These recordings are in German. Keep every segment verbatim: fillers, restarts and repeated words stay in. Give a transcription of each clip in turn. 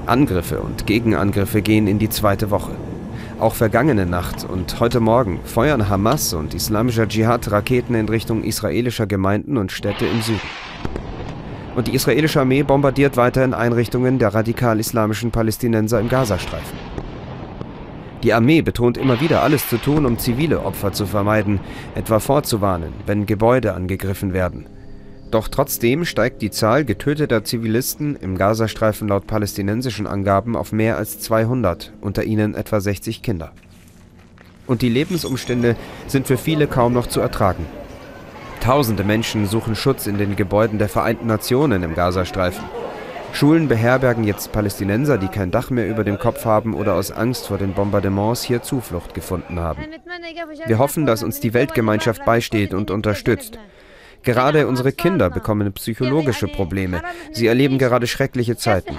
Angriffe und Gegenangriffe gehen in die zweite Woche. Auch vergangene Nacht und heute Morgen feuern Hamas und Islamischer Dschihad Raketen in Richtung israelischer Gemeinden und Städte im Süden. Und die israelische Armee bombardiert weiterhin Einrichtungen der radikal-islamischen Palästinenser im Gazastreifen. Die Armee betont immer wieder, alles zu tun, um zivile Opfer zu vermeiden, etwa vorzuwarnen, wenn Gebäude angegriffen werden. Doch trotzdem steigt die Zahl getöteter Zivilisten im Gazastreifen laut palästinensischen Angaben auf mehr als zweihundert, unter ihnen etwa sechzig Kinder. Und die Lebensumstände sind für viele kaum noch zu ertragen. Tausende Menschen suchen Schutz in den Gebäuden der Vereinten Nationen im Gazastreifen. Schulen beherbergen jetzt Palästinenser, die kein Dach mehr über dem Kopf haben oder aus Angst vor den Bombardements hier Zuflucht gefunden haben. Wir hoffen, dass uns die Weltgemeinschaft beisteht und unterstützt. Gerade unsere Kinder bekommen psychologische Probleme. Sie erleben gerade schreckliche Zeiten.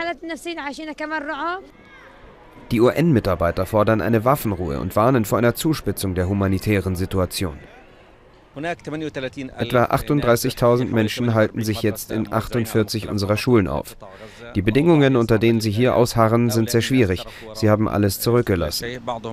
Die U N-Mitarbeiter fordern eine Waffenruhe und warnen vor einer Zuspitzung der humanitären Situation. Etwa achtunddreißigtausend Menschen halten sich jetzt in achtundvierzig unserer Schulen auf. Die Bedingungen, unter denen sie hier ausharren, sind sehr schwierig. Sie haben alles zurückgelassen.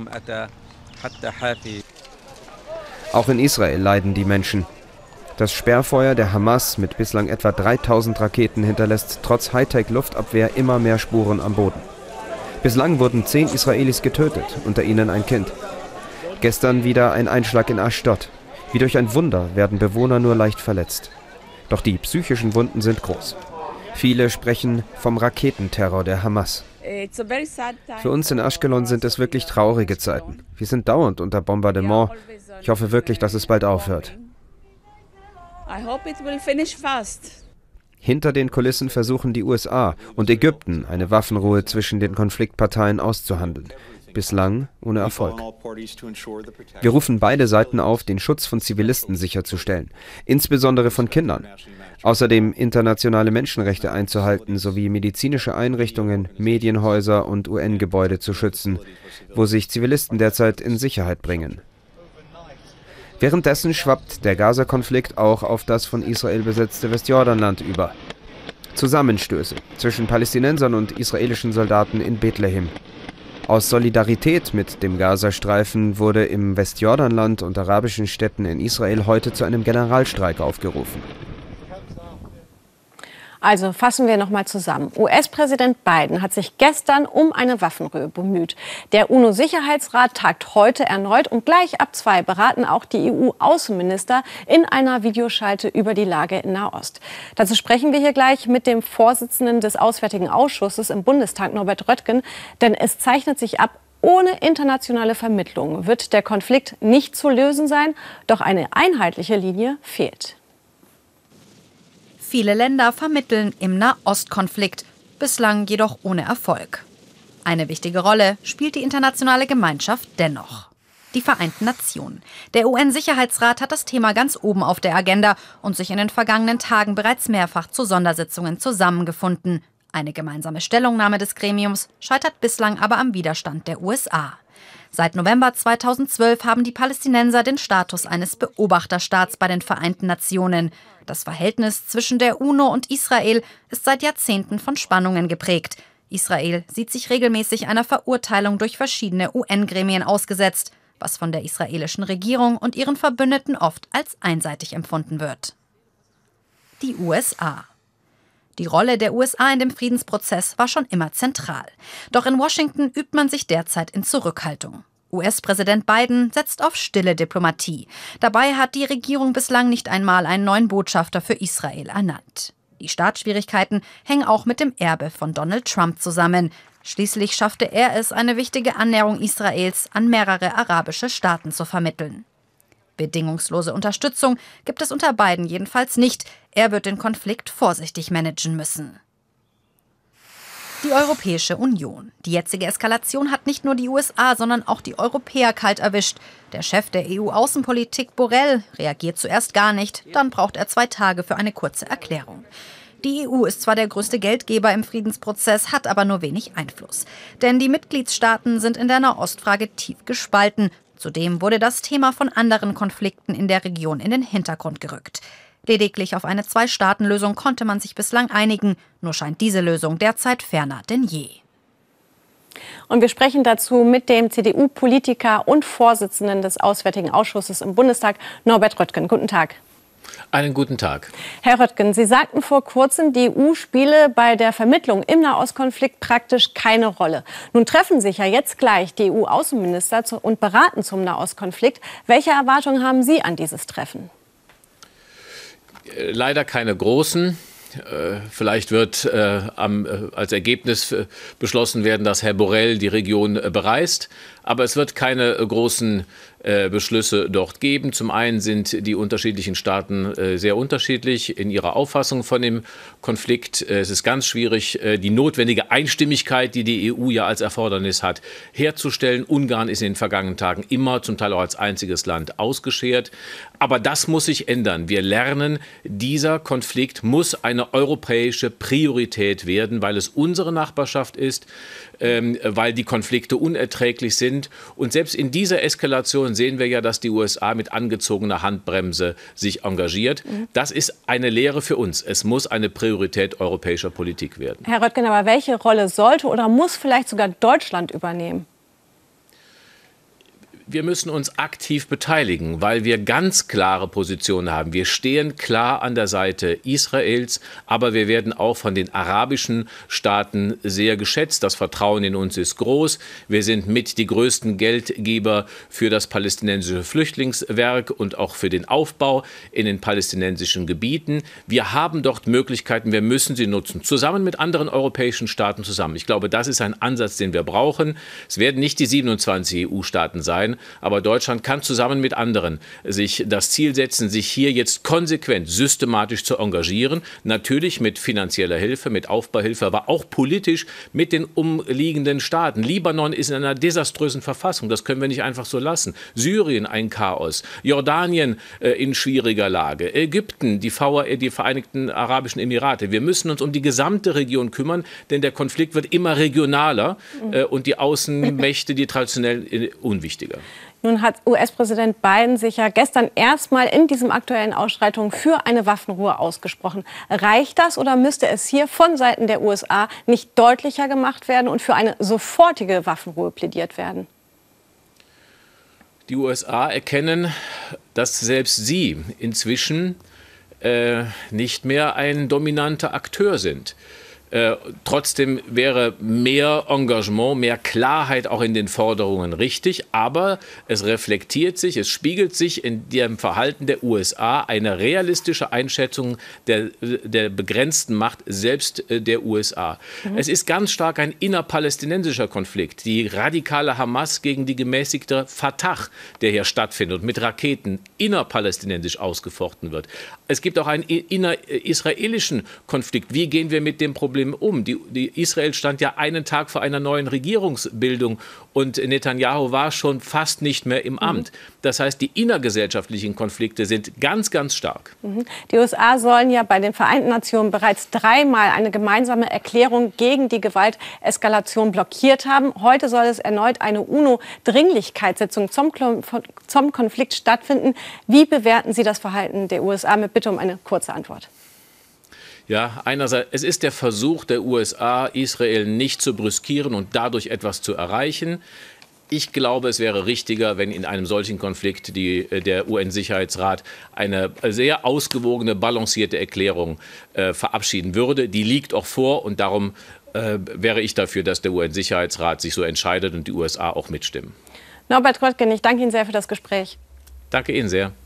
Auch in Israel leiden die Menschen. Das Sperrfeuer der Hamas mit bislang etwa dreitausend Raketen hinterlässt trotz Hightech-Luftabwehr immer mehr Spuren am Boden. Bislang wurden zehn Israelis getötet, unter ihnen ein Kind. Gestern wieder ein Einschlag in Ashdod. Wie durch ein Wunder werden Bewohner nur leicht verletzt. Doch die psychischen Wunden sind groß. Viele sprechen vom Raketenterror der Hamas. Für uns in Ashkelon sind es wirklich traurige Zeiten. Wir sind dauernd unter Bombardement. Ich hoffe wirklich, dass es bald aufhört. Hinter den Kulissen versuchen die U S A und Ägypten, eine Waffenruhe zwischen den Konfliktparteien auszuhandeln. Bislang ohne Erfolg. Wir rufen beide Seiten auf, den Schutz von Zivilisten sicherzustellen, insbesondere von Kindern. Außerdem internationale Menschenrechte einzuhalten, sowie medizinische Einrichtungen, Medienhäuser und U N-Gebäude zu schützen, wo sich Zivilisten derzeit in Sicherheit bringen. Währenddessen schwappt der Gaza-Konflikt auch auf das von Israel besetzte Westjordanland über. Zusammenstöße zwischen Palästinensern und israelischen Soldaten in Bethlehem. Aus Solidarität mit dem Gazastreifen wurde im Westjordanland und arabischen Städten in Israel heute zu einem Generalstreik aufgerufen. Also fassen wir noch mal zusammen. U S-Präsident Biden hat sich gestern um eine Waffenruhe bemüht. Der UNO-Sicherheitsrat tagt heute erneut und gleich ab zwei beraten auch die E U-Außenminister in einer Videoschalte über die Lage in Nahost. Dazu sprechen wir hier gleich mit dem Vorsitzenden des Auswärtigen Ausschusses im Bundestag, Norbert Röttgen. Denn es zeichnet sich ab, ohne internationale Vermittlung wird der Konflikt nicht zu lösen sein. Doch eine einheitliche Linie fehlt. Viele Länder vermitteln im Nahostkonflikt, bislang jedoch ohne Erfolg. Eine wichtige Rolle spielt die internationale Gemeinschaft dennoch. Die Vereinten Nationen. Der U N-Sicherheitsrat hat das Thema ganz oben auf der Agenda und sich in den vergangenen Tagen bereits mehrfach zu Sondersitzungen zusammengefunden. Eine gemeinsame Stellungnahme des Gremiums scheitert bislang aber am Widerstand der U S A. Seit November zweitausendzwölf haben die Palästinenser den Status eines Beobachterstaats bei den Vereinten Nationen. Das Verhältnis zwischen der UNO und Israel ist seit Jahrzehnten von Spannungen geprägt. Israel sieht sich regelmäßig einer Verurteilung durch verschiedene U N-Gremien ausgesetzt, was von der israelischen Regierung und ihren Verbündeten oft als einseitig empfunden wird. Die U S A. Die Rolle der U S A in dem Friedensprozess war schon immer zentral. Doch in Washington übt man sich derzeit in Zurückhaltung. U S-Präsident Biden setzt auf stille Diplomatie. Dabei hat die Regierung bislang nicht einmal einen neuen Botschafter für Israel ernannt. Die Startschwierigkeiten hängen auch mit dem Erbe von Donald Trump zusammen. Schließlich schaffte er es, eine wichtige Annäherung Israels an mehrere arabische Staaten zu vermitteln. Bedingungslose Unterstützung gibt es unter Biden jedenfalls nicht. Er wird den Konflikt vorsichtig managen müssen. Die Europäische Union. Die jetzige Eskalation hat nicht nur die U S A, sondern auch die Europäer kalt erwischt. Der Chef der E U-Außenpolitik, Borrell, reagiert zuerst gar nicht. Dann braucht er zwei Tage für eine kurze Erklärung. Die E U ist zwar der größte Geldgeber im Friedensprozess, hat aber nur wenig Einfluss. Denn die Mitgliedstaaten sind in der Nahostfrage tief gespalten. Zudem wurde das Thema von anderen Konflikten in der Region in den Hintergrund gerückt. Lediglich auf eine Zwei-Staaten-Lösung konnte man sich bislang einigen, nur scheint diese Lösung derzeit ferner denn je. Und wir sprechen dazu mit dem C D U-Politiker und Vorsitzenden des Auswärtigen Ausschusses im Bundestag, Norbert Röttgen. Guten Tag. Einen guten Tag. Herr Röttgen, Sie sagten vor kurzem, die E U spiele bei der Vermittlung im Nahostkonflikt praktisch keine Rolle. Nun treffen sich ja jetzt gleich die E U-Außenminister und beraten zum Nahostkonflikt. Welche Erwartungen haben Sie an dieses Treffen? Leider keine großen. Vielleicht wird äh, am, äh, als Ergebnis äh, beschlossen werden, dass Herr Borrell die Region äh, bereist. Aber es wird keine äh, großen äh, Beschlüsse dort geben. Zum einen sind die unterschiedlichen Staaten äh, sehr unterschiedlich in ihrer Auffassung von dem Konflikt. Äh, es ist ganz schwierig, äh, die notwendige Einstimmigkeit, die die E U ja als Erfordernis hat, herzustellen. Ungarn ist in den vergangenen Tagen immer, zum Teil auch als einziges Land, ausgeschert. Aber das muss sich ändern. Wir lernen, dieser Konflikt muss eine europäische Priorität werden, weil es unsere Nachbarschaft ist, ähm, weil die Konflikte unerträglich sind. Und selbst in dieser Eskalation sehen wir ja, dass die U S A mit angezogener Handbremse sich engagiert. Mhm. Das ist eine Lehre für uns. Es muss eine Priorität europäischer Politik werden. Herr Röttgen, aber welche Rolle sollte oder muss vielleicht sogar Deutschland übernehmen? Wir müssen uns aktiv beteiligen, weil wir ganz klare Positionen haben. Wir stehen klar an der Seite Israels, aber wir werden auch von den arabischen Staaten sehr geschätzt. Das Vertrauen in uns ist groß. Wir sind mit die größten Geldgeber für das palästinensische Flüchtlingswerk und auch für den Aufbau in den palästinensischen Gebieten. Wir haben dort Möglichkeiten, wir müssen sie nutzen, zusammen mit anderen europäischen Staaten zusammen. Ich glaube, das ist ein Ansatz, den wir brauchen. Es werden nicht die siebenundzwanzig E U-Staaten sein, aber Deutschland kann zusammen mit anderen sich das Ziel setzen, sich hier jetzt konsequent, systematisch zu engagieren. Natürlich mit finanzieller Hilfe, mit Aufbauhilfe, aber auch politisch mit den umliegenden Staaten. Libanon ist in einer desaströsen Verfassung, das können wir nicht einfach so lassen. Syrien ein Chaos, Jordanien äh, in schwieriger Lage, Ägypten, die, v A, die Vereinigten Arabischen Emirate. Wir müssen uns um die gesamte Region kümmern, denn der Konflikt wird immer regionaler äh, und die Außenmächte, die traditionell äh, unwichtiger. Nun hat U S-Präsident Biden sich ja gestern erstmal in diesen aktuellen Ausschreitungen für eine Waffenruhe ausgesprochen. Reicht das oder müsste es hier von Seiten der U S A nicht deutlicher gemacht werden und für eine sofortige Waffenruhe plädiert werden? Die U S A erkennen, dass selbst sie inzwischen äh, nicht mehr ein dominanter Akteur sind. Äh, trotzdem wäre mehr Engagement, mehr Klarheit auch in den Forderungen richtig. Aber es reflektiert sich, es spiegelt sich in dem Verhalten der U S A eine realistische Einschätzung der, der begrenzten Macht selbst äh, der U S A. Mhm. Es ist ganz stark ein innerpalästinensischer Konflikt. Die radikale Hamas gegen die gemäßigte Fatah, der hier stattfindet und mit Raketen innerpalästinensisch ausgefochten wird. Es gibt auch einen innerisraelischen Konflikt. Wie gehen wir mit dem Problem um? Die, die Israel stand ja einen Tag vor einer neuen Regierungsbildung und Netanyahu war schon fast nicht mehr im Amt. Das heißt, die innergesellschaftlichen Konflikte sind ganz, ganz stark. Die U S A sollen ja bei den Vereinten Nationen bereits dreimal eine gemeinsame Erklärung gegen die Gewalteskalation blockiert haben. Heute soll es erneut eine UNO-Dringlichkeitssitzung zum, zum Konflikt stattfinden. Wie bewerten Sie das Verhalten der U S A? Mit Bitte um eine kurze Antwort. Ja, einerseits, es ist der Versuch der U S A, Israel nicht zu brüskieren und dadurch etwas zu erreichen. Ich glaube, es wäre richtiger, wenn in einem solchen Konflikt die, der U N-Sicherheitsrat eine sehr ausgewogene, balancierte Erklärung äh, verabschieden würde. Die liegt auch vor und darum äh, wäre ich dafür, dass der U N-Sicherheitsrat sich so entscheidet und die U S A auch mitstimmen. Norbert Röttgen, ich danke Ihnen sehr für das Gespräch. Danke Ihnen sehr.